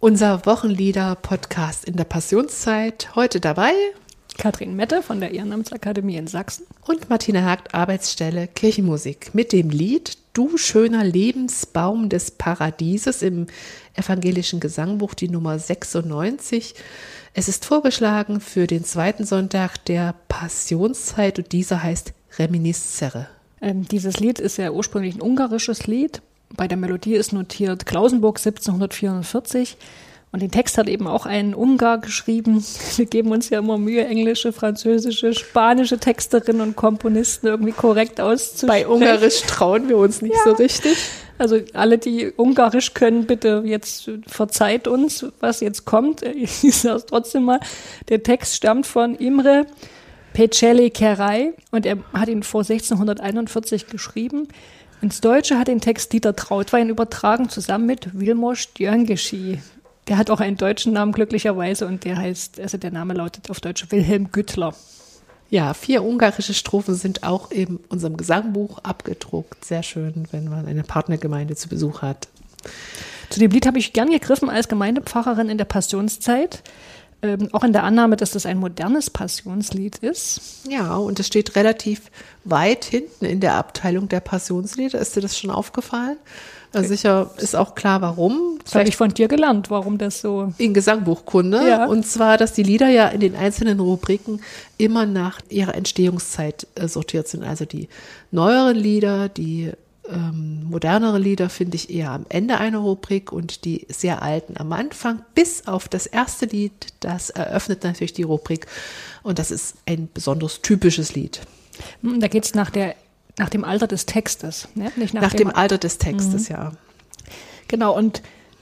Unser Wochenlieder-Podcast in der Passionszeit. Heute dabei Katrin Mette von der Ehrenamtsakademie in Sachsen und Martina Hagt, Arbeitsstelle Kirchenmusik, mit dem Lied Du schöner Lebensbaum des Paradieses im evangelischen Gesangbuch, die Nummer 96. Es ist vorgeschlagen für den zweiten Sonntag der Passionszeit und dieser heißt Reminiscere. Dieses Lied ist ja ursprünglich ein ungarisches Lied. Bei der Melodie ist notiert Klausenburg 1744 und den Text hat eben auch ein Ungar geschrieben. Wir geben uns ja immer Mühe, englische, französische, spanische Texterinnen und Komponisten irgendwie korrekt auszusprechen. Bei Ungarisch trauen wir uns nicht so richtig. Also alle, die Ungarisch können, bitte jetzt verzeiht uns, was jetzt kommt. Ich sage es trotzdem mal. Der Text stammt von Imre Peceli Kerai und er hat ihn vor 1641 geschrieben. Ins Deutsche hat den Text Dieter Trautwein übertragen, zusammen mit Vilmos Györgyi. Der hat auch einen deutschen Namen glücklicherweise und der Name lautet auf Deutsch Wilhelm Güttler. Ja, 4 ungarische Strophen sind auch in unserem Gesangbuch abgedruckt. Sehr schön, wenn man eine Partnergemeinde zu Besuch hat. Zu dem Lied habe ich gern gegriffen als Gemeindepfarrerin in der Passionszeit. Auch in der Annahme, dass das ein modernes Passionslied ist. Ja, und es steht relativ weit hinten in der Abteilung der Passionslieder. Ist dir das schon aufgefallen? Also sicher ist auch klar, warum. Das habe ich von dir gelernt, warum das so... In Gesangbuchkunde. Ja. Und zwar, dass die Lieder ja in den einzelnen Rubriken immer nach ihrer Entstehungszeit sortiert sind. Also die neueren Lieder, die modernere Lieder finde ich eher am Ende einer Rubrik und die sehr alten am Anfang, bis auf das erste Lied, das eröffnet natürlich die Rubrik und das ist ein besonders typisches Lied. Da geht es nach dem Alter des Textes, ne? Nicht nach dem Alter des Textes, ja. Genau, und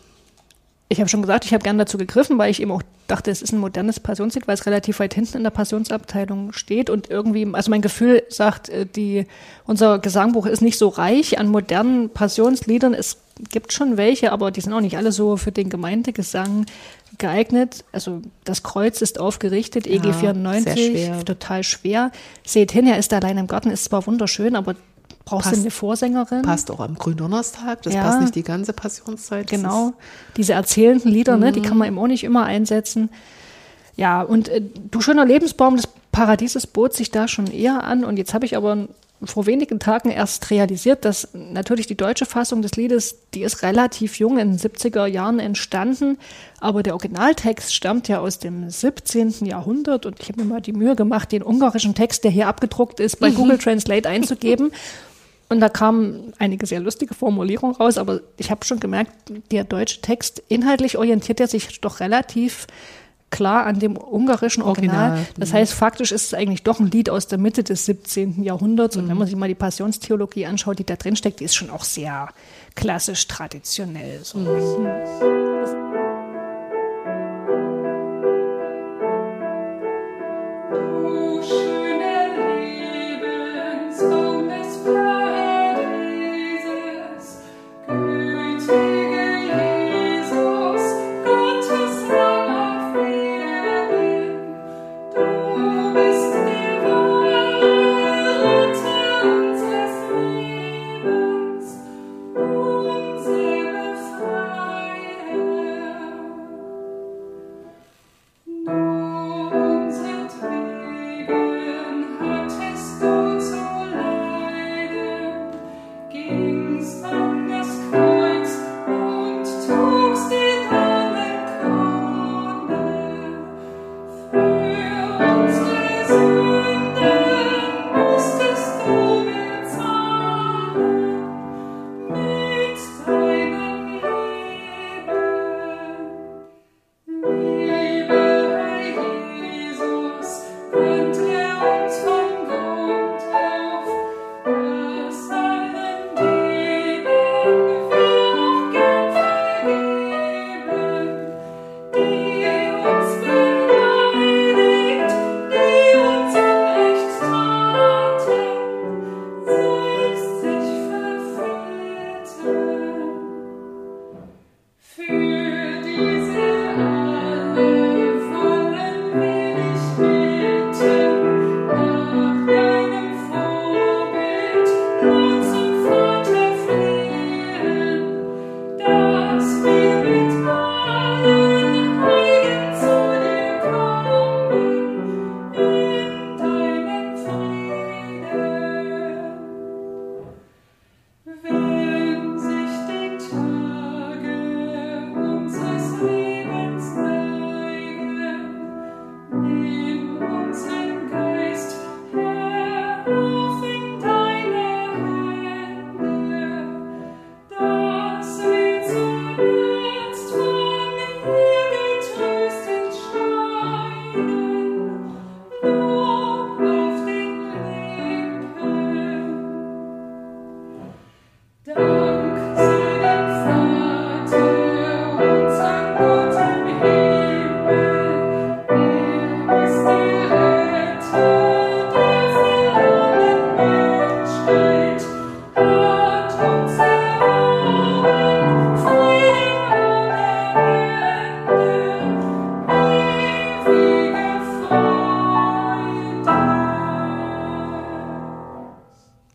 ich habe schon gesagt, ich habe gern dazu gegriffen, weil ich eben auch dachte, es ist ein modernes Passionslied, weil es relativ weit hinten in der Passionsabteilung steht und irgendwie, also mein Gefühl sagt, unser Gesangbuch ist nicht so reich an modernen Passionsliedern. Es gibt schon welche, aber die sind auch nicht alle so für den Gemeindegesang geeignet. Also das Kreuz ist aufgerichtet, EG 94, total schwer. Seht hin, er ist allein im Garten, ist zwar wunderschön, aber brauchst du eine Vorsängerin? Passt auch am Gründonnerstag, das passt nicht die ganze Passionszeit. Genau, diese erzählenden Lieder, ne, die kann man eben auch nicht immer einsetzen. Ja, und Du schöner Lebensbaum des Paradieses bot sich da schon eher an. Und jetzt habe ich aber vor wenigen Tagen erst realisiert, dass natürlich die deutsche Fassung des Liedes, die ist relativ jung, in den 70er Jahren entstanden. Aber der Originaltext stammt ja aus dem 17. Jahrhundert. Und ich habe mir mal die Mühe gemacht, den ungarischen Text, der hier abgedruckt ist, bei Google Translate einzugeben. Und da kamen einige sehr lustige Formulierungen raus, aber ich habe schon gemerkt, der deutsche Text, inhaltlich orientiert er sich doch relativ klar an dem ungarischen Original. Das heißt, faktisch ist es eigentlich doch ein Lied aus der Mitte des 17. Jahrhunderts. Und wenn man sich mal die Passionstheologie anschaut, die da drin steckt, die ist schon auch sehr klassisch traditionell. So.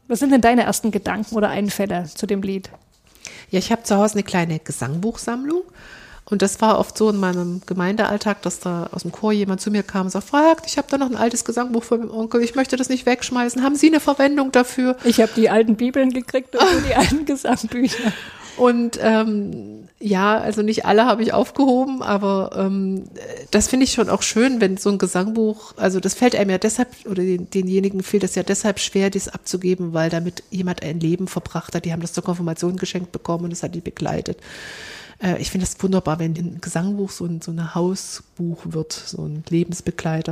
Was sind denn deine ersten Gedanken oder Einfälle zu dem Lied? Ja, ich habe zu Hause eine kleine Gesangbuchsammlung. Und das war oft so in meinem Gemeindealltag, dass da aus dem Chor jemand zu mir kam und sagt, fragt, ich habe da noch ein altes Gesangbuch von meinem Onkel, ich möchte das nicht wegschmeißen. Haben Sie eine Verwendung dafür? Ich habe die alten Bibeln gekriegt und die alten Gesangbücher. Und ja, also nicht alle habe ich aufgehoben, aber das finde ich schon auch schön, wenn so ein Gesangbuch, also das fällt einem ja deshalb, oder denjenigen fällt es ja deshalb schwer, dies abzugeben, weil damit jemand ein Leben verbracht hat. Die haben das zur Konfirmation geschenkt bekommen und es hat die begleitet. Ich finde das wunderbar, wenn ein Gesangbuch so ein Hausbuch wird, so ein Lebensbegleiter.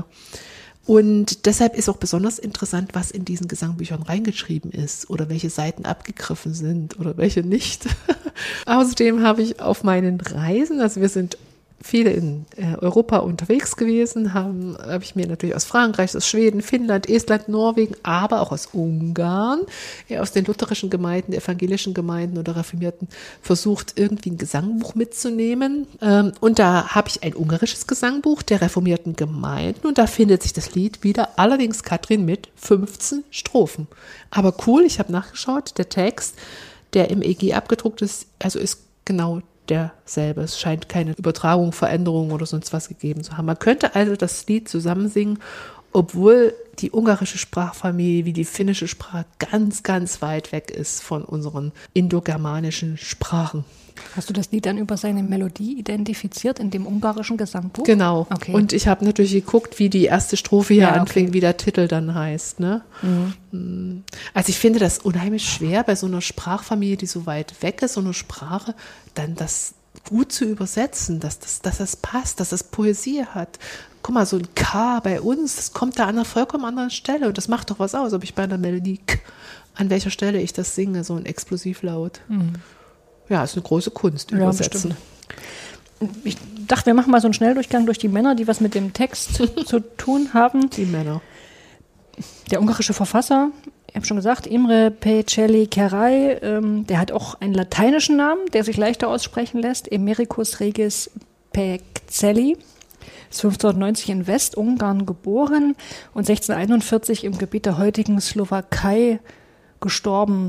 Und deshalb ist auch besonders interessant, was in diesen Gesangbüchern reingeschrieben ist oder welche Seiten abgegriffen sind oder welche nicht. Außerdem habe ich auf meinen Reisen, also wir sind viele in Europa unterwegs gewesen, habe ich mir natürlich aus Frankreich, aus Schweden, Finnland, Estland, Norwegen, aber auch aus Ungarn, aus den lutherischen Gemeinden, evangelischen Gemeinden oder Reformierten versucht, irgendwie ein Gesangbuch mitzunehmen. Und da habe ich ein ungarisches Gesangbuch der reformierten Gemeinden und da findet sich das Lied wieder, allerdings Katrin mit 15 Strophen. Aber cool, ich habe nachgeschaut, der Text, der im EG abgedruckt ist, also ist genau derselbe. Es scheint keine Übertragung, Veränderung oder sonst was gegeben zu haben. Man könnte also das Lied zusammen singen, obwohl die ungarische Sprachfamilie wie die finnische Sprache ganz, ganz weit weg ist von unseren indogermanischen Sprachen. Hast du das Lied dann über seine Melodie identifiziert in dem ungarischen Gesangbuch? Genau. Okay. Und ich habe natürlich geguckt, wie die erste Strophe hier anfängt, wie der Titel dann heißt. Ne? Mhm. Also ich finde das unheimlich schwer, bei so einer Sprachfamilie, die so weit weg ist, so eine Sprache, dann das gut zu übersetzen, dass das passt, dass das Poesie hat. Guck mal, so ein K bei uns, das kommt da an einer vollkommen anderen Stelle und das macht doch was aus, ob ich bei einer Melodie an welcher Stelle ich das singe, so ein Explosivlaut. Mhm. Ja, ist eine große Kunst, übersetzen. Ja, ich dachte, wir machen mal so einen Schnelldurchgang durch die Männer, die was mit dem Text zu tun haben. Die Männer. Der ungarische Verfasser, ich habe schon gesagt, Imre Péceli-Kerai, der hat auch einen lateinischen Namen, der sich leichter aussprechen lässt, Emericus Regis Péceli, ist 1590 in Westungarn geboren und 1641 im Gebiet der heutigen Slowakei gestorben.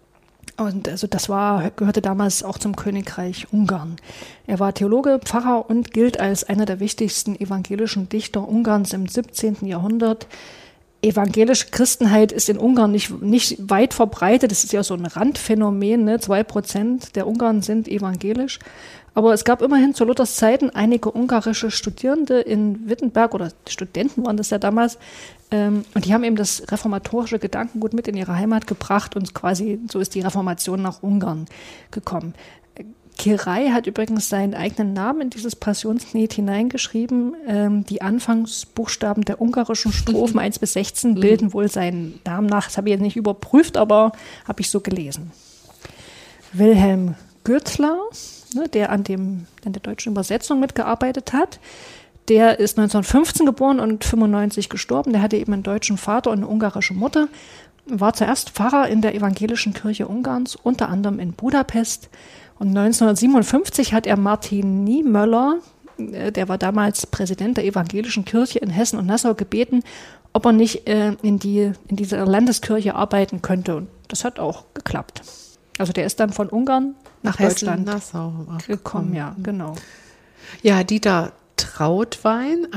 Und also gehörte damals auch zum Königreich Ungarn. Er war Theologe, Pfarrer und gilt als einer der wichtigsten evangelischen Dichter Ungarns im 17. Jahrhundert. Evangelische Christenheit ist in Ungarn nicht weit verbreitet. Das ist ja so ein Randphänomen, ne? 2% der Ungarn sind evangelisch. Aber es gab immerhin zu Luthers Zeiten einige ungarische Studierende in Wittenberg, oder Studenten waren das ja damals, und die haben eben das reformatorische Gedankengut mit in ihre Heimat gebracht und quasi so ist die Reformation nach Ungarn gekommen. Kerai hat übrigens seinen eigenen Namen in dieses Passionslied hineingeschrieben. Die Anfangsbuchstaben der ungarischen Strophen 1 bis 16 bilden wohl seinen Namen nach. Das habe ich jetzt nicht überprüft, aber habe ich so gelesen. Wilhelm Gürtler, der an der deutschen Übersetzung mitgearbeitet hat, der ist 1915 geboren und 95 gestorben. Der hatte eben einen deutschen Vater und eine ungarische Mutter. War zuerst Pfarrer in der evangelischen Kirche Ungarns, unter anderem in Budapest. Und 1957 hat er Martin Niemöller, der war damals Präsident der evangelischen Kirche in Hessen und Nassau, gebeten, ob er nicht in dieser Landeskirche arbeiten könnte. Und das hat auch geklappt. Also der ist dann von Ungarn nach Deutschland Nassau gekommen. Ja, genau. Ja, Dieter Trautwein,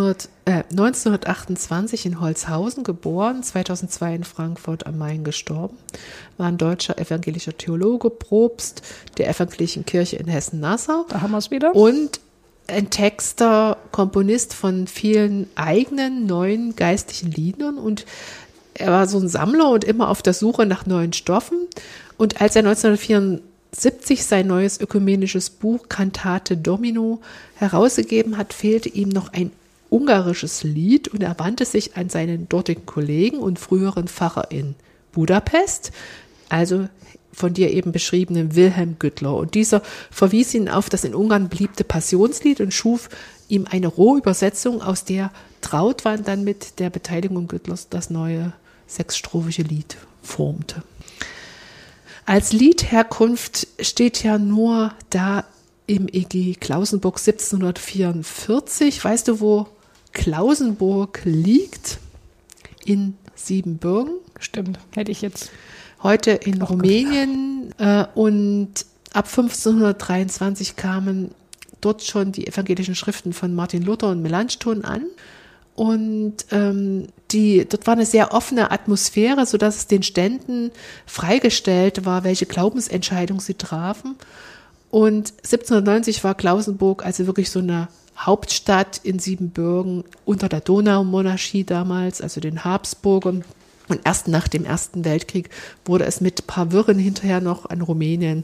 1928 in Holzhausen geboren, 2002 in Frankfurt am Main gestorben, war ein deutscher evangelischer Theologe, Propst der evangelischen Kirche in Hessen-Nassau. Da haben wir es wieder. Und ein Texter, Komponist von vielen eigenen neuen geistlichen Liedern. Und er war so ein Sammler und immer auf der Suche nach neuen Stoffen. Und als er 1974 sein neues ökumenisches Buch Cantate Domino herausgegeben hat, fehlte ihm noch ein ungarisches Lied und er wandte sich an seinen dortigen Kollegen und früheren Pfarrer in Budapest, also von dir eben beschriebenen Wilhelm Gürtler. Und dieser verwies ihn auf das in Ungarn beliebte Passionslied und schuf ihm eine Rohübersetzung, aus der Trautwein dann mit der Beteiligung Gürtlers das neue sechsstrophische Lied formte. Als Liedherkunft steht ja nur da im EG Klausenburg 1744. Weißt du, wo Klausenburg liegt? In Siebenbürgen. Stimmt, hätte ich jetzt. Heute in Rumänien und ab 1523 kamen dort schon die evangelischen Schriften von Martin Luther und Melanchthon an. Und dort war eine sehr offene Atmosphäre, sodass es den Ständen freigestellt war, welche Glaubensentscheidung sie trafen. Und 1790 war Klausenburg also wirklich so eine Hauptstadt in Siebenbürgen unter der Donaumonarchie damals, also den Habsburgern. Und erst nach dem Ersten Weltkrieg wurde es mit ein paar Wirren hinterher noch an Rumänien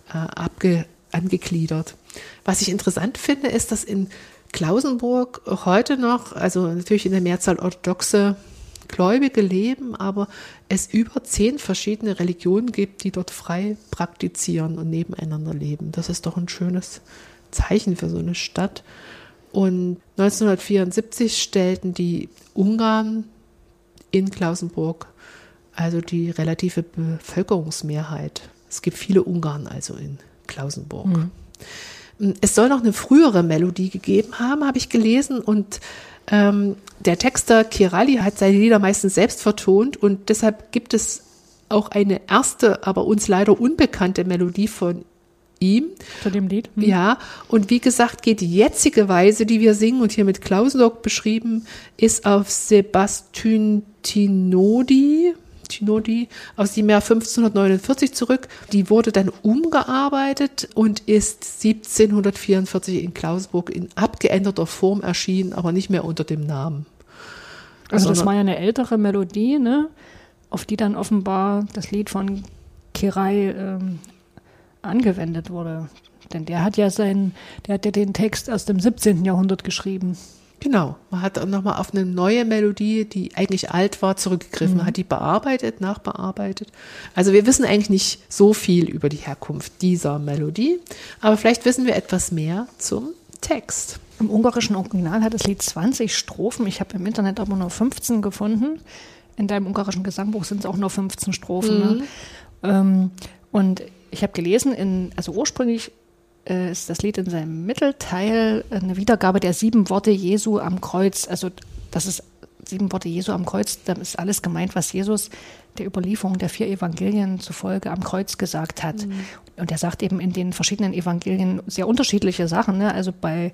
angegliedert. Was ich interessant finde, ist, dass in Klausenburg heute noch, also natürlich in der Mehrzahl orthodoxe Gläubige leben, aber es über 10 verschiedene Religionen gibt, die dort frei praktizieren und nebeneinander leben. Das ist doch ein schönes Zeichen für so eine Stadt. Und 1974 stellten die Ungarn in Klausenburg also die relative Bevölkerungsmehrheit. Es gibt viele Ungarn also in Klausenburg. Es soll noch eine frühere Melodie gegeben haben, habe ich gelesen, und der Texter Kirali hat seine Lieder meistens selbst vertont und deshalb gibt es auch eine erste, aber uns leider unbekannte Melodie von ihm. Zu dem Lied? Ja, und wie gesagt, geht die jetzige Weise, die wir singen und hier mit Klausenburg beschrieben, ist auf Sebastian Tinodi aus dem Jahr 1549 zurück. Die wurde dann umgearbeitet und ist 1744 in Klausenburg in abgeänderter Form erschienen, aber nicht mehr unter dem Namen. Also das war ja eine ältere Melodie, ne, auf die dann offenbar das Lied von Kirai angewendet wurde. Denn der hat ja den Text aus dem 17. Jahrhundert geschrieben. Genau, man hat dann nochmal auf eine neue Melodie, die eigentlich alt war, zurückgegriffen, hat die nachbearbeitet. Also wir wissen eigentlich nicht so viel über die Herkunft dieser Melodie, aber vielleicht wissen wir etwas mehr zum Text. Im ungarischen Original hat das Lied 20 Strophen, ich habe im Internet aber nur 15 gefunden. In deinem ungarischen Gesangbuch sind es auch nur 15 Strophen. Ne? Und ich habe gelesen, also ursprünglich ist das Lied in seinem Mittelteil eine Wiedergabe der 7 Worte Jesu am Kreuz. Also das ist 7 Worte Jesu am Kreuz, da ist alles gemeint, was Jesus der Überlieferung der 4 Evangelien zufolge am Kreuz gesagt hat. Und er sagt eben in den verschiedenen Evangelien sehr unterschiedliche Sachen. Ne? Also bei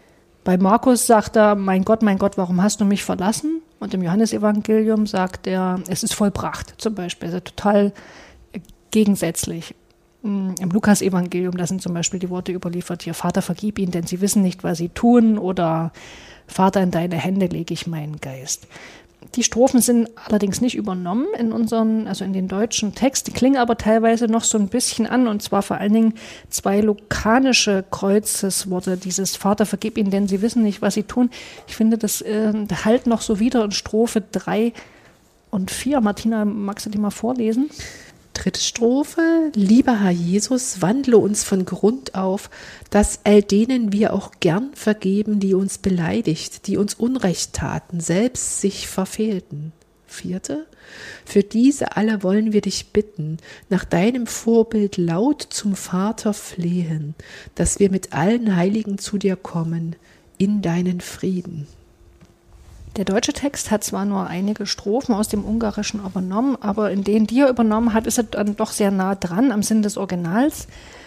Markus sagt er, mein Gott, warum hast du mich verlassen? Und im Johannesevangelium sagt er, es ist vollbracht zum Beispiel. Also total gegensätzlich. Im Lukas-Evangelium, da sind zum Beispiel die Worte überliefert, hier, Vater, vergib ihnen, denn sie wissen nicht, was sie tun, oder Vater, in deine Hände lege ich meinen Geist. Die Strophen sind allerdings nicht übernommen in den deutschen Text, die klingen aber teilweise noch so ein bisschen an, und zwar vor allen Dingen 2 lukanische Kreuzesworte, dieses Vater, vergib ihnen, denn sie wissen nicht, was sie tun. Ich finde, das halt noch so wieder in Strophe 3 und 4. Martina, magst du die mal vorlesen? 3. Strophe: Lieber Herr Jesus, wandle uns von Grund auf, dass all denen wir auch gern vergeben, die uns beleidigt, die uns Unrecht taten, selbst sich verfehlten. 4. Für diese alle wollen wir dich bitten, nach deinem Vorbild laut zum Vater flehen, dass wir mit allen Heiligen zu dir kommen, in deinen Frieden. Der deutsche Text hat zwar nur einige Strophen aus dem Ungarischen übernommen, aber in denen, die er übernommen hat, ist er dann doch sehr nah dran am Sinn des Originals.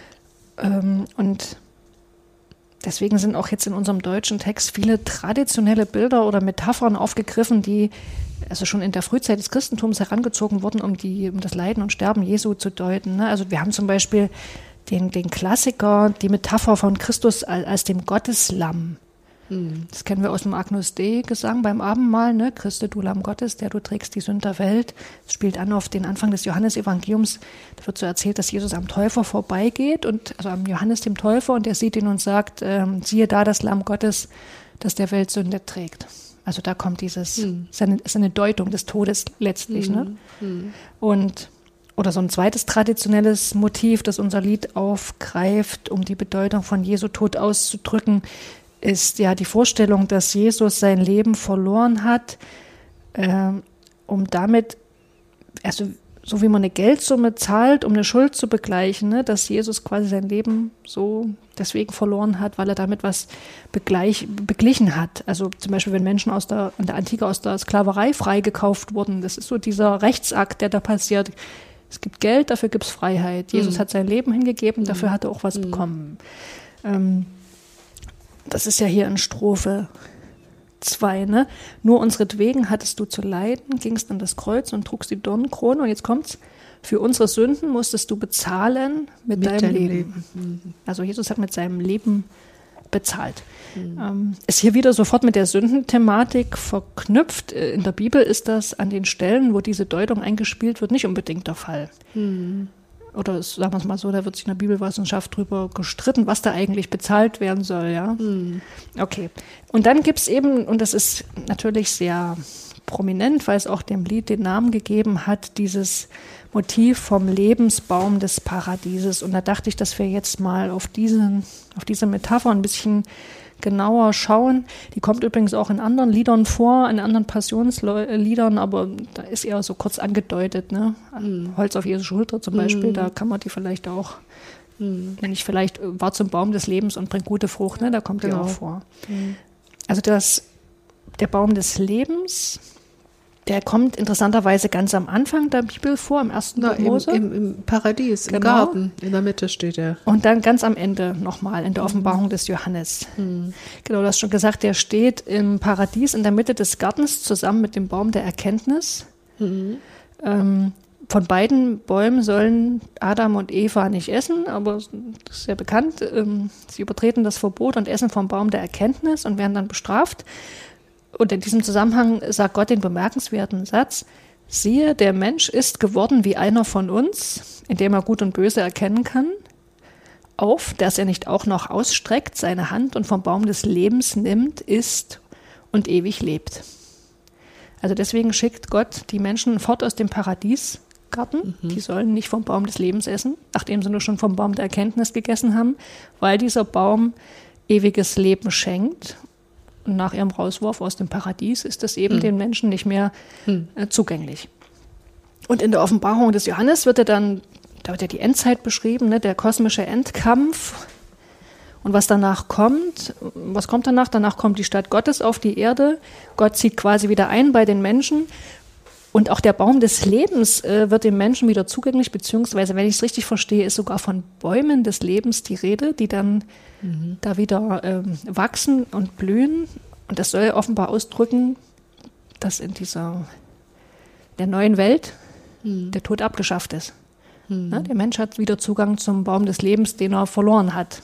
Und deswegen sind auch jetzt in unserem deutschen Text viele traditionelle Bilder oder Metaphern aufgegriffen, die also schon in der Frühzeit des Christentums herangezogen wurden, um das Leiden und Sterben Jesu zu deuten. Ne? Also wir haben zum Beispiel den Klassiker, die Metapher von Christus als dem Gotteslamm. Das kennen wir aus dem Agnus Dei Gesang beim Abendmahl, ne? Christe, du Lamm Gottes, der du trägst die Sünd der Welt. Das spielt an auf den Anfang des Johannesevangeliums. Da wird so erzählt, dass Jesus am Täufer vorbeigeht, also am Johannes dem Täufer, und er sieht ihn und sagt, siehe da das Lamm Gottes, das der Welt Sünde trägt. Also da kommt ist eine Deutung des Todes letztlich. Ne? Oder so ein zweites traditionelles Motiv, das unser Lied aufgreift, um die Bedeutung von Jesu Tod auszudrücken, ist ja die Vorstellung, dass Jesus sein Leben verloren hat, um damit, also so wie man eine Geldsumme zahlt, um eine Schuld zu begleichen, ne? Dass Jesus quasi sein Leben so deswegen verloren hat, weil er damit was beglichen hat. Also zum Beispiel, wenn Menschen in der Antike aus der Sklaverei freigekauft wurden, das ist so dieser Rechtsakt, der da passiert. Es gibt Geld, dafür gibt es Freiheit. Jesus hat sein Leben hingegeben, dafür hat er auch was bekommen. Das ist ja hier in Strophe 2, ne? Nur unsretwegen hattest du zu leiden, gingst an das Kreuz und trugst die Dornenkrone. Und jetzt kommt's. Für unsere Sünden musstest du bezahlen mit deinem Leben. Also Jesus hat mit seinem Leben bezahlt. Ist hier wieder sofort mit der Sündenthematik verknüpft. In der Bibel ist das an den Stellen, wo diese Deutung eingespielt wird, nicht unbedingt der Fall. Oder sagen wir es mal so, da wird sich in der Bibelwissenschaft drüber gestritten, was da eigentlich bezahlt werden soll. Ja? Okay. Und dann gibt es eben, und das ist natürlich sehr prominent, weil es auch dem Lied den Namen gegeben hat, dieses Motiv vom Lebensbaum des Paradieses. Und da dachte ich, dass wir jetzt mal auf diese Metapher ein bisschen genauer schauen. Die kommt übrigens auch in anderen Liedern vor, in anderen Passionsliedern, aber da ist eher so kurz angedeutet, ne? Holz auf Jesu Schulter zum Beispiel, da kann man die vielleicht auch, wenn ich vielleicht war zum Baum des Lebens und bringt gute Frucht, ne? Da kommt die auch vor. Also der Baum des Lebens, der kommt interessanterweise ganz am Anfang der Bibel vor, im 1. Buch Mose. Im Paradies, im Garten, in der Mitte steht er. Und dann ganz am Ende nochmal, in der Offenbarung des Johannes. Genau, du hast schon gesagt, der steht im Paradies in der Mitte des Gartens zusammen mit dem Baum der Erkenntnis. Von beiden Bäumen sollen Adam und Eva nicht essen, aber das ist sehr bekannt. Sie übertreten das Verbot und essen vom Baum der Erkenntnis und werden dann bestraft. Und in diesem Zusammenhang sagt Gott den bemerkenswerten Satz: Siehe, der Mensch ist geworden wie einer von uns, indem er Gut und Böse erkennen kann, auf, dass er nicht auch noch ausstreckt seine Hand und vom Baum des Lebens nimmt, isst und ewig lebt. Also deswegen schickt Gott die Menschen fort aus dem Paradiesgarten. Die sollen nicht vom Baum des Lebens essen, nachdem sie nur schon vom Baum der Erkenntnis gegessen haben, weil dieser Baum ewiges Leben schenkt. Und nach ihrem Rauswurf aus dem Paradies ist das eben den Menschen nicht mehr zugänglich. Und in der Offenbarung des Johannes da wird ja die Endzeit beschrieben, ne, der kosmische Endkampf. Und was danach kommt, was kommt danach? Danach kommt die Stadt Gottes auf die Erde. Gott zieht quasi wieder ein bei den Menschen. Und auch der Baum des Lebens wird dem Menschen wieder zugänglich, beziehungsweise, wenn ich es richtig verstehe, ist sogar von Bäumen des Lebens die Rede, die dann da wieder wachsen und blühen. Und das soll offenbar ausdrücken, dass in der neuen Welt der Tod abgeschafft ist. Ja, der Mensch hat wieder Zugang zum Baum des Lebens, den er verloren hat.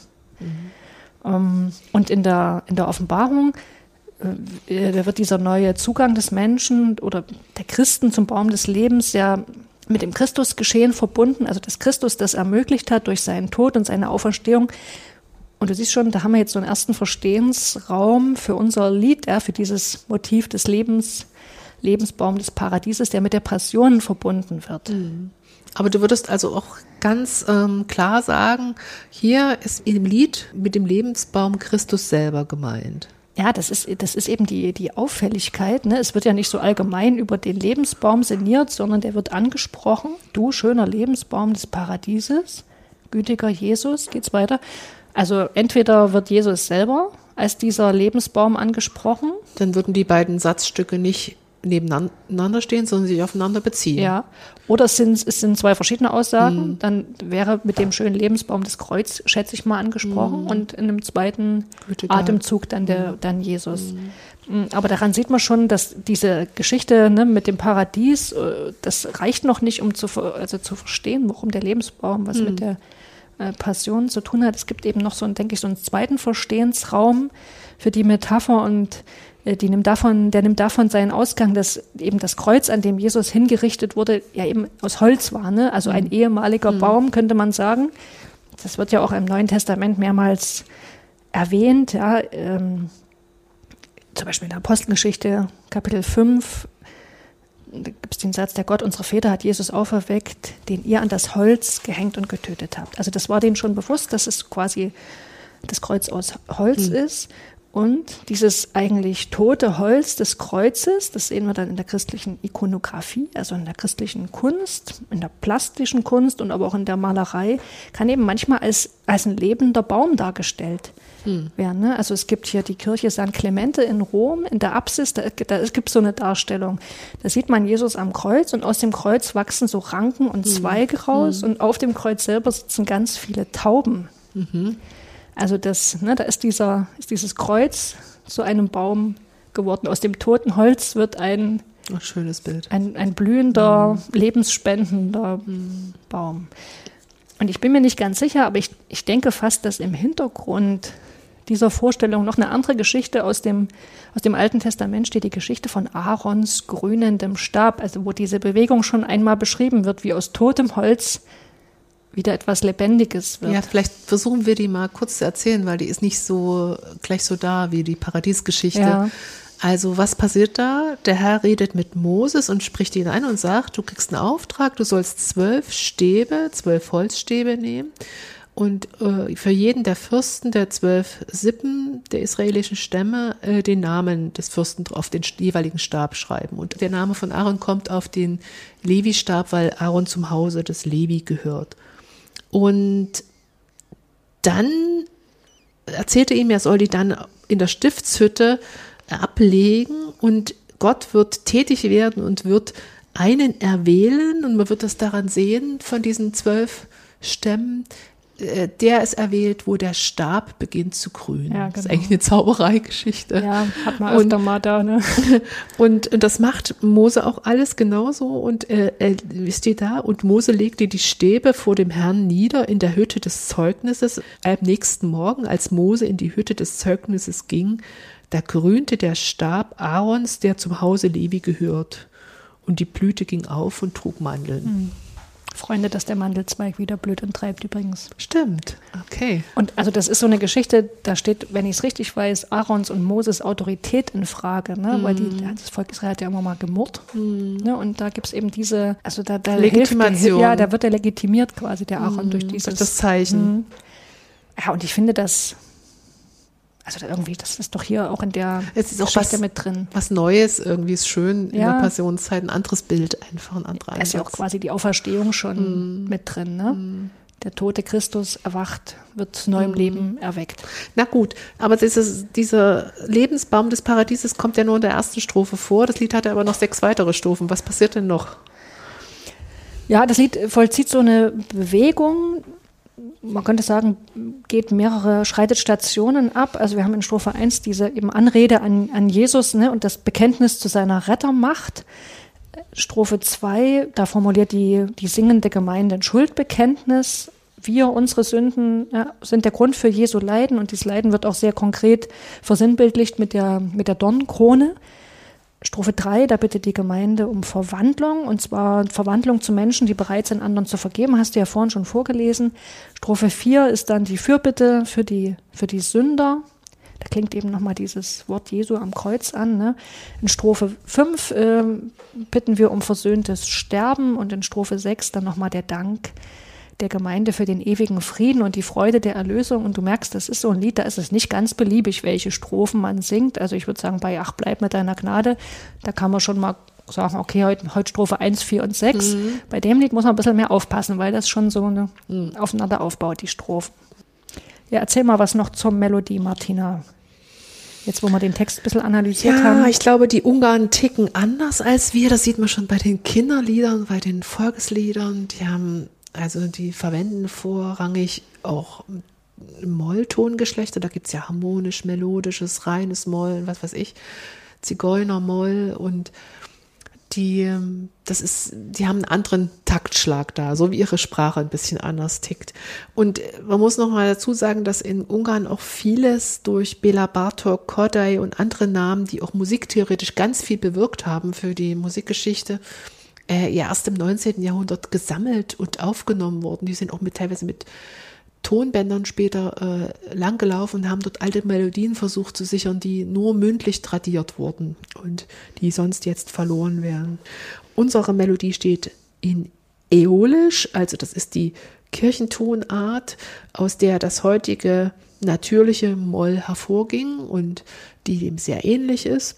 Und in der Offenbarung da wird dieser neue Zugang des Menschen oder der Christen zum Baum des Lebens ja mit dem Christusgeschehen verbunden, also das Christus das ermöglicht hat durch seinen Tod und seine Auferstehung. Und du siehst schon, da haben wir jetzt so einen ersten Verstehensraum für unser Lied, für dieses Motiv des Lebensbaum des Paradieses, der mit der Passion verbunden wird. Aber du würdest also auch ganz klar sagen, hier ist im Lied mit dem Lebensbaum Christus selber gemeint. Ja, das ist eben die Auffälligkeit. Ne? Es wird ja nicht so allgemein über den Lebensbaum sinniert, sondern der wird angesprochen. Du, schöner Lebensbaum des Paradieses, gütiger Jesus, geht's weiter. Also entweder wird Jesus selber als dieser Lebensbaum angesprochen. Dann würden die beiden Satzstücke nicht nebeneinander stehen, sondern sich aufeinander beziehen. Ja, oder es sind zwei verschiedene Aussagen. Dann wäre mit dem schönen Lebensbaum das Kreuz, schätze ich mal, angesprochen und in einem zweiten Atemzug dann Jesus. Aber daran sieht man schon, dass diese Geschichte mit dem Paradies, das reicht noch nicht, um zu verstehen, warum der Lebensbaum was mit der Passion zu tun hat. Es gibt eben noch so einen zweiten Verstehensraum für die Metapher und der nimmt davon seinen Ausgang, dass eben das Kreuz, an dem Jesus hingerichtet wurde, ja eben aus Holz war, ne? Also ein ehemaliger Baum, könnte man sagen. Das wird ja auch im Neuen Testament mehrmals erwähnt, ja. Zum Beispiel in der Apostelgeschichte, Kapitel 5, da gibt es den Satz, der Gott unserer Väter hat Jesus auferweckt, den ihr an das Holz gehängt und getötet habt. Also das war denen schon bewusst, dass es quasi das Kreuz aus Holz ist. Und dieses eigentlich tote Holz des Kreuzes, das sehen wir dann in der christlichen Ikonografie, also in der christlichen Kunst, in der plastischen Kunst und aber auch in der Malerei, kann eben manchmal als ein lebender Baum dargestellt werden. Ne? Also es gibt hier die Kirche San Clemente in Rom, in der Apsis, da gibt es so eine Darstellung. Da sieht man Jesus am Kreuz und aus dem Kreuz wachsen so Ranken und Zweige raus und auf dem Kreuz selber sitzen ganz viele Tauben. Also da ist dieses Kreuz zu einem Baum geworden. Aus dem toten Holz wird ein schönes Bild. Ein blühender, lebensspendender Baum. Und ich bin mir nicht ganz sicher, aber ich denke fast, dass im Hintergrund dieser Vorstellung noch eine andere Geschichte aus dem Alten Testament steht, die Geschichte von Aarons grünendem Stab, also wo diese Bewegung schon einmal beschrieben wird, wie aus totem Holz wieder etwas Lebendiges wird. Ja, vielleicht versuchen wir die mal kurz zu erzählen, weil die ist nicht so gleich so da wie die Paradiesgeschichte. Ja. Also was passiert da? Der Herr redet mit Moses und spricht ihn ein und sagt, du kriegst einen Auftrag, du sollst 12 Holzstäbe nehmen und für jeden der Fürsten der 12 Sippen der israelischen Stämme den Namen des Fürsten auf den jeweiligen Stab schreiben. Und der Name von Aaron kommt auf den Levi-Stab, weil Aaron zum Hause des Levi gehört. Und dann erzählte ihm, er soll die dann in der Stiftshütte ablegen und Gott wird tätig werden und wird einen erwählen und man wird das daran sehen von diesen 12 Stämmen, der ist erwählt, wo der Stab beginnt zu grünen. Ja, genau. Das ist eigentlich eine Zaubereigeschichte. Ja, hat man öfter mal da, ne? Und das macht Mose auch alles genauso und er steht da und Mose legte die Stäbe vor dem Herrn nieder in der Hütte des Zeugnisses. Am nächsten Morgen, als Mose in die Hütte des Zeugnisses ging, da grünte der Stab Aarons, der zum Hause Levi gehört. Und die Blüte ging auf und trug Mandeln. Freunde, dass der Mandelzweig wieder blüht und treibt übrigens. Stimmt, okay. Und also das ist so eine Geschichte, da steht, wenn ich es richtig weiß, Aarons und Moses Autorität in Frage, ne? Weil das Volk Israel hat ja immer mal gemurrt. Ne? Und da gibt es eben diese, also da Legitimation. Da wird er legitimiert quasi, der Aaron, durch das Zeichen. Ja, und ich finde das, also irgendwie, das ist doch hier auch in der Geschichte mit drin. Was Neues, irgendwie ist schön in der Passionszeit, ein anderes Bild, einfach ein anderer Einsatz. Da ist ja auch quasi die Auferstehung schon mit drin, ne? Der tote Christus erwacht, wird zu neuem Leben erweckt. Na gut, aber dieser Lebensbaum des Paradieses kommt ja nur in der ersten Strophe vor. Das Lied hat aber noch 6 weitere Strophen. Was passiert denn noch? Ja, das Lied vollzieht so eine Bewegung. Man könnte sagen, schreitet Stationen ab. Also wir haben in Strophe 1 diese eben Anrede an Jesus, ne, und das Bekenntnis zu seiner Rettermacht. Strophe 2, da formuliert die singende Gemeinde ein Schuldbekenntnis. Wir, unsere Sünden, sind der Grund für Jesu Leiden und dieses Leiden wird auch sehr konkret versinnbildlicht mit der Dornenkrone. Strophe 3, da bittet die Gemeinde um Verwandlung, und zwar Verwandlung zu Menschen, die bereit sind, anderen zu vergeben, hast du ja vorhin schon vorgelesen. Strophe 4 ist dann die Fürbitte für die Sünder. Da klingt eben nochmal dieses Wort Jesu am Kreuz an. Ne? In Strophe 5 bitten wir um versöhntes Sterben und in Strophe 6 dann nochmal der Dank der Gemeinde für den ewigen Frieden und die Freude der Erlösung. Und du merkst, das ist so ein Lied, da ist es nicht ganz beliebig, welche Strophen man singt. Also ich würde sagen, bei Ach, bleib mit deiner Gnade, da kann man schon mal sagen, okay, heute Strophe 1, 4 und 6. Bei dem Lied muss man ein bisschen mehr aufpassen, weil das schon so aufeinander aufbaut, die Strophen. Ja, erzähl mal was noch zur Melodie, Martina. Jetzt, wo wir den Text ein bisschen analysiert haben. Ja, ich glaube, die Ungarn ticken anders als wir. Das sieht man schon bei den Kinderliedern, bei den Volksliedern. Die verwenden vorrangig auch Molltongeschlechter. Da gibt es ja harmonisch, melodisches, reines Moll, was weiß ich, Zigeunermoll und die haben einen anderen Taktschlag da, so wie ihre Sprache ein bisschen anders tickt. Und man muss noch mal dazu sagen, dass in Ungarn auch vieles durch Béla Bartók, Kodály und andere Namen, die auch musiktheoretisch ganz viel bewirkt haben für die Musikgeschichte, erst im 19. Jahrhundert gesammelt und aufgenommen wurden. Die sind auch teilweise mit Tonbändern später langgelaufen und haben dort alte Melodien versucht zu sichern, die nur mündlich tradiert wurden und die sonst jetzt verloren werden. Unsere Melodie steht in Äolisch, also das ist die Kirchentonart, aus der das heutige natürliche Moll hervorging und die dem sehr ähnlich ist.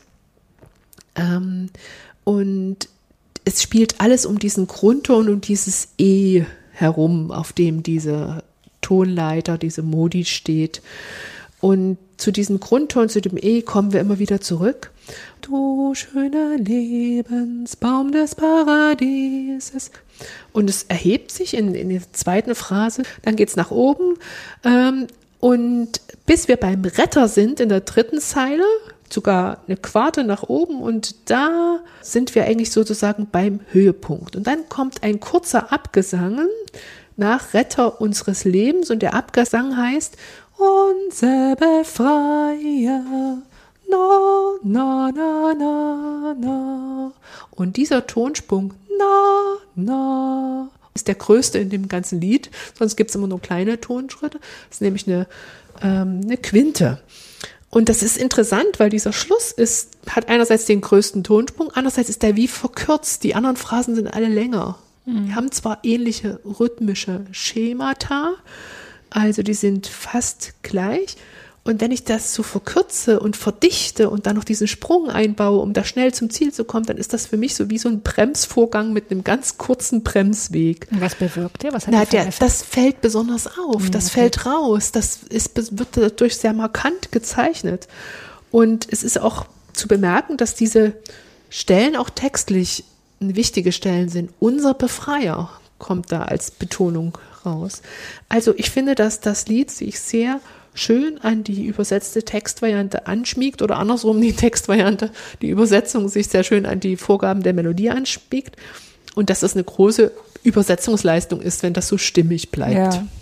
Und es spielt alles um diesen Grundton und dieses E herum, auf dem diese Tonleiter, diese Modi steht. Und zu diesem Grundton, zu dem E, kommen wir immer wieder zurück. Du schöner Lebensbaum des Paradieses. Und es erhebt sich in der zweiten Phrase, dann geht es nach oben. Und bis wir beim Retter sind, in der dritten Zeile, sogar eine Quarte nach oben, und da sind wir eigentlich sozusagen beim Höhepunkt. Und dann kommt ein kurzer Abgesang nach Retter unseres Lebens, und der Abgesang heißt: Unser Befreier, na, na, na, na, na. Und dieser Tonsprung, na, na, ist der größte in dem ganzen Lied. Sonst gibt es immer nur kleine Tonschritte. Das ist nämlich eine Quinte. Und das ist interessant, weil dieser Schluss hat einerseits den größten Tonsprung, andererseits ist der wie verkürzt. Die anderen Phrasen sind alle länger. Die haben zwar ähnliche rhythmische Schemata, also die sind fast gleich. Und wenn ich das so verkürze und verdichte und dann noch diesen Sprung einbaue, um da schnell zum Ziel zu kommen, dann ist das für mich so wie so ein Bremsvorgang mit einem ganz kurzen Bremsweg. Und was bewirkt der? Was hat das fällt besonders auf, das fällt raus, wird dadurch sehr markant gezeichnet. Und es ist auch zu bemerken, dass diese Stellen auch textlich wichtige Stellen sind. Unser Befreier kommt da als Betonung raus. Also ich finde, dass das Lied sich sehr schön an die übersetzte Textvariante anschmiegt oder andersrum die Textvariante, die Übersetzung sich sehr schön an die Vorgaben der Melodie anschmiegt und dass das eine große Übersetzungsleistung ist, wenn das so stimmig bleibt. Ja.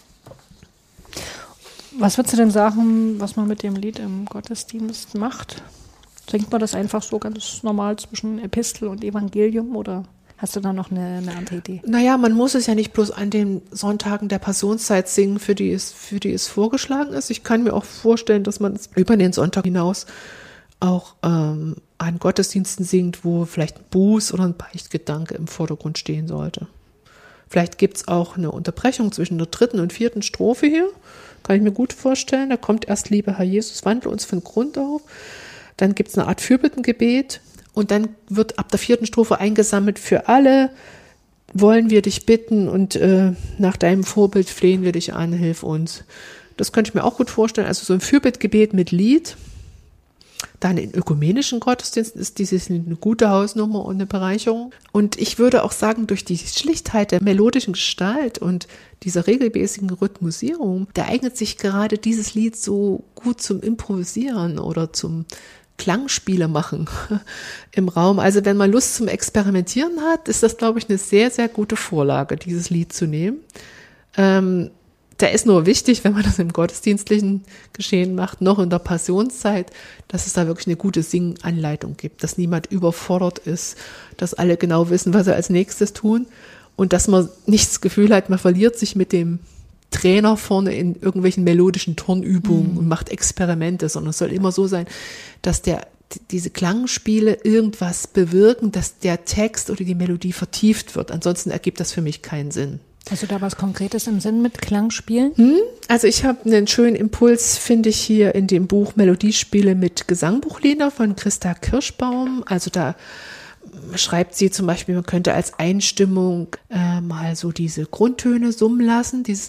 Was würdest du denn sagen, was man mit dem Lied im Gottesdienst macht? Singt man das einfach so ganz normal zwischen Epistel und Evangelium oder hast du da noch eine andere Idee? Naja, man muss es ja nicht bloß an den Sonntagen der Passionszeit singen, für die es vorgeschlagen ist. Ich kann mir auch vorstellen, dass man es über den Sonntag hinaus auch an Gottesdiensten singt, wo vielleicht ein Buß oder ein Beichtgedanke im Vordergrund stehen sollte. Vielleicht gibt es auch eine Unterbrechung zwischen der 3. und 4. Strophe hier. Kann ich mir gut vorstellen. Da kommt erst: Lieber Herr Jesus, wandle uns von Grund auf. Dann gibt es eine Art Fürbittengebet. Und dann wird ab der 4. Strophe eingesammelt: Für alle wollen wir dich bitten und nach deinem Vorbild flehen wir dich an, hilf uns. Das könnte ich mir auch gut vorstellen. Also so ein Fürbittgebet mit Lied. Dann in ökumenischen Gottesdiensten ist dieses eine gute Hausnummer und eine Bereicherung. Und ich würde auch sagen, durch die Schlichtheit der melodischen Gestalt und dieser regelmäßigen Rhythmusierung, da eignet sich gerade dieses Lied so gut zum Improvisieren oder zum Klangspiele machen im Raum. Also wenn man Lust zum Experimentieren hat, ist das, glaube ich, eine sehr, sehr gute Vorlage, dieses Lied zu nehmen. Da ist nur wichtig, wenn man das im gottesdienstlichen Geschehen macht, noch in der Passionszeit, dass es da wirklich eine gute Singanleitung gibt, dass niemand überfordert ist, dass alle genau wissen, was sie als nächstes tun und dass man nicht das Gefühl hat, man verliert sich mit dem Trainer vorne in irgendwelchen melodischen Turnübungen und macht Experimente, sondern es soll immer so sein, dass diese Klangspiele irgendwas bewirken, dass der Text oder die Melodie vertieft wird. Ansonsten ergibt das für mich keinen Sinn. Hast du da was Konkretes im Sinn mit Klangspielen? Also ich habe einen schönen Impuls, finde ich, hier in dem Buch Melodiespiele mit Gesangbuchlieder von Christa Kirschbaum. Also da schreibt sie zum Beispiel, man könnte als Einstimmung mal so diese Grundtöne summen lassen, dieses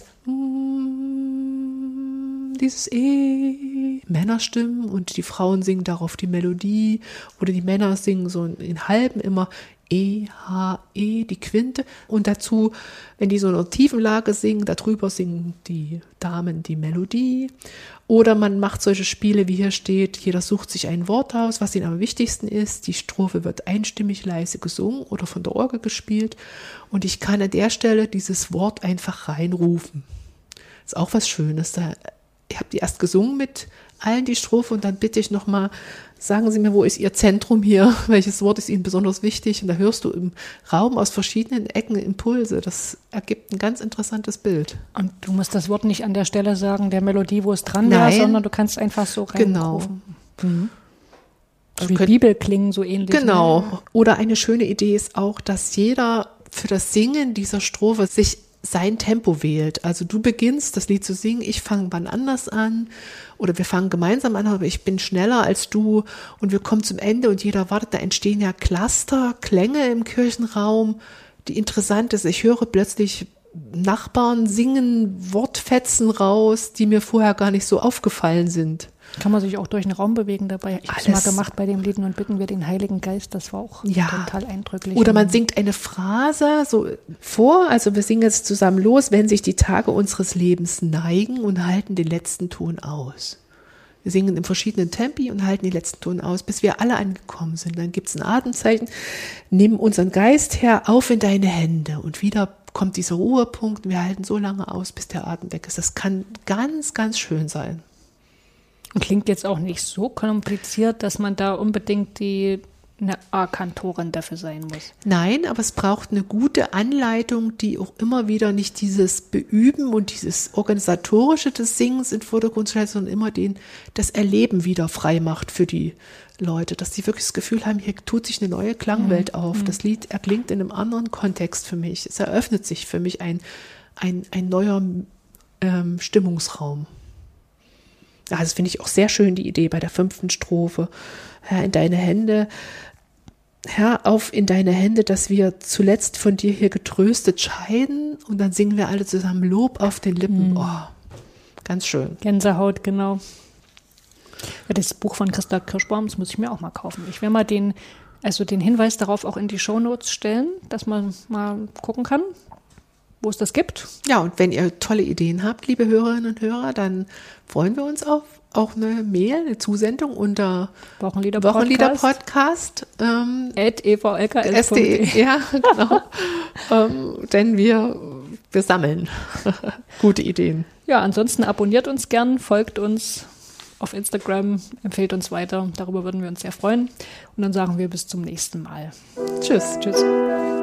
E, Männerstimmen, und die Frauen singen darauf die Melodie oder die Männer singen so in halben immer E, H, E, die Quinte, und dazu, wenn die so in einer tiefen Lage singen, darüber singen die Damen die Melodie. Oder man macht solche Spiele, wie hier steht, jeder sucht sich ein Wort aus, was ihnen am wichtigsten ist. Die Strophe wird einstimmig leise gesungen oder von der Orgel gespielt, und ich kann an der Stelle dieses Wort einfach reinrufen. Ist auch was Schönes. Ich habe die erst gesungen mit allen, die Strophe, und dann bitte ich nochmal, sagen Sie mir, wo ist Ihr Zentrum hier? Welches Wort ist Ihnen besonders wichtig? Und da hörst du im Raum aus verschiedenen Ecken Impulse. Das ergibt ein ganz interessantes Bild. Und du musst das Wort nicht an der Stelle sagen, der Melodie, wo es dran war, sondern du kannst einfach so reinrufen. Genau. Also wie Bibelklingen so ähnlich. Genau. Oder eine schöne Idee ist auch, dass jeder für das Singen dieser Strophe sich sein Tempo wählt. Also du beginnst das Lied zu singen, ich fange wann anders an oder wir fangen gemeinsam an, aber ich bin schneller als du und wir kommen zum Ende und jeder wartet. Da entstehen ja Cluster, Klänge im Kirchenraum, die interessant ist. Ich höre plötzlich Nachbarn singen Wortfetzen raus, die mir vorher gar nicht so aufgefallen sind. Kann man sich auch durch den Raum bewegen dabei. Ich habe es mal gemacht bei dem Lied und bitten wir den Heiligen Geist. Das war auch total eindrücklich. Oder man singt eine Phrase so vor, also wir singen jetzt zusammen los, wenn sich die Tage unseres Lebens neigen und halten den letzten Ton aus. Wir singen in verschiedenen Tempi und halten den letzten Ton aus, bis wir alle angekommen sind. Dann gibt es ein Atemzeichen, nimm unseren Geist her, auf in deine Hände und wieder kommt dieser Ruhepunkt und wir halten so lange aus, bis der Atem weg ist. Das kann ganz, ganz schön sein. Und klingt jetzt auch nicht so kompliziert, dass man da unbedingt eine A-Kantorin dafür sein muss. Nein, aber es braucht eine gute Anleitung, die auch immer wieder nicht dieses Beüben und dieses Organisatorische des Singens in den Vordergrund stellt, sondern immer das Erleben wieder frei macht für die Leute, dass die wirklich das Gefühl haben, hier tut sich eine neue Klangwelt auf. Das Lied erklingt in einem anderen Kontext für mich. Es eröffnet sich für mich ein neuer Stimmungsraum. Ja, das finde ich auch sehr schön, die Idee bei der 5. Strophe. Herr, in deine Hände, Herr, auf in deine Hände, dass wir zuletzt von dir hier getröstet scheiden. Und dann singen wir alle zusammen Lob auf den Lippen. Oh, ganz schön. Gänsehaut, genau. Ja, das Buch von Christa Kirschbaum, das muss ich mir auch mal kaufen. Ich werde mal den Hinweis darauf auch in die Shownotes stellen, dass man mal gucken kann, wo es das gibt. Ja, und wenn ihr tolle Ideen habt, liebe Hörerinnen und Hörer, dann freuen wir uns auf auch eine Mail, eine Zusendung unter Wochenlieder-Podcast @evrlks.de. Ja, genau. Denn wir sammeln gute Ideen. Ja, ansonsten abonniert uns gern, folgt uns auf Instagram, empfehlt uns weiter. Darüber würden wir uns sehr freuen. Und dann sagen wir bis zum nächsten Mal. Tschüss. Tschüss.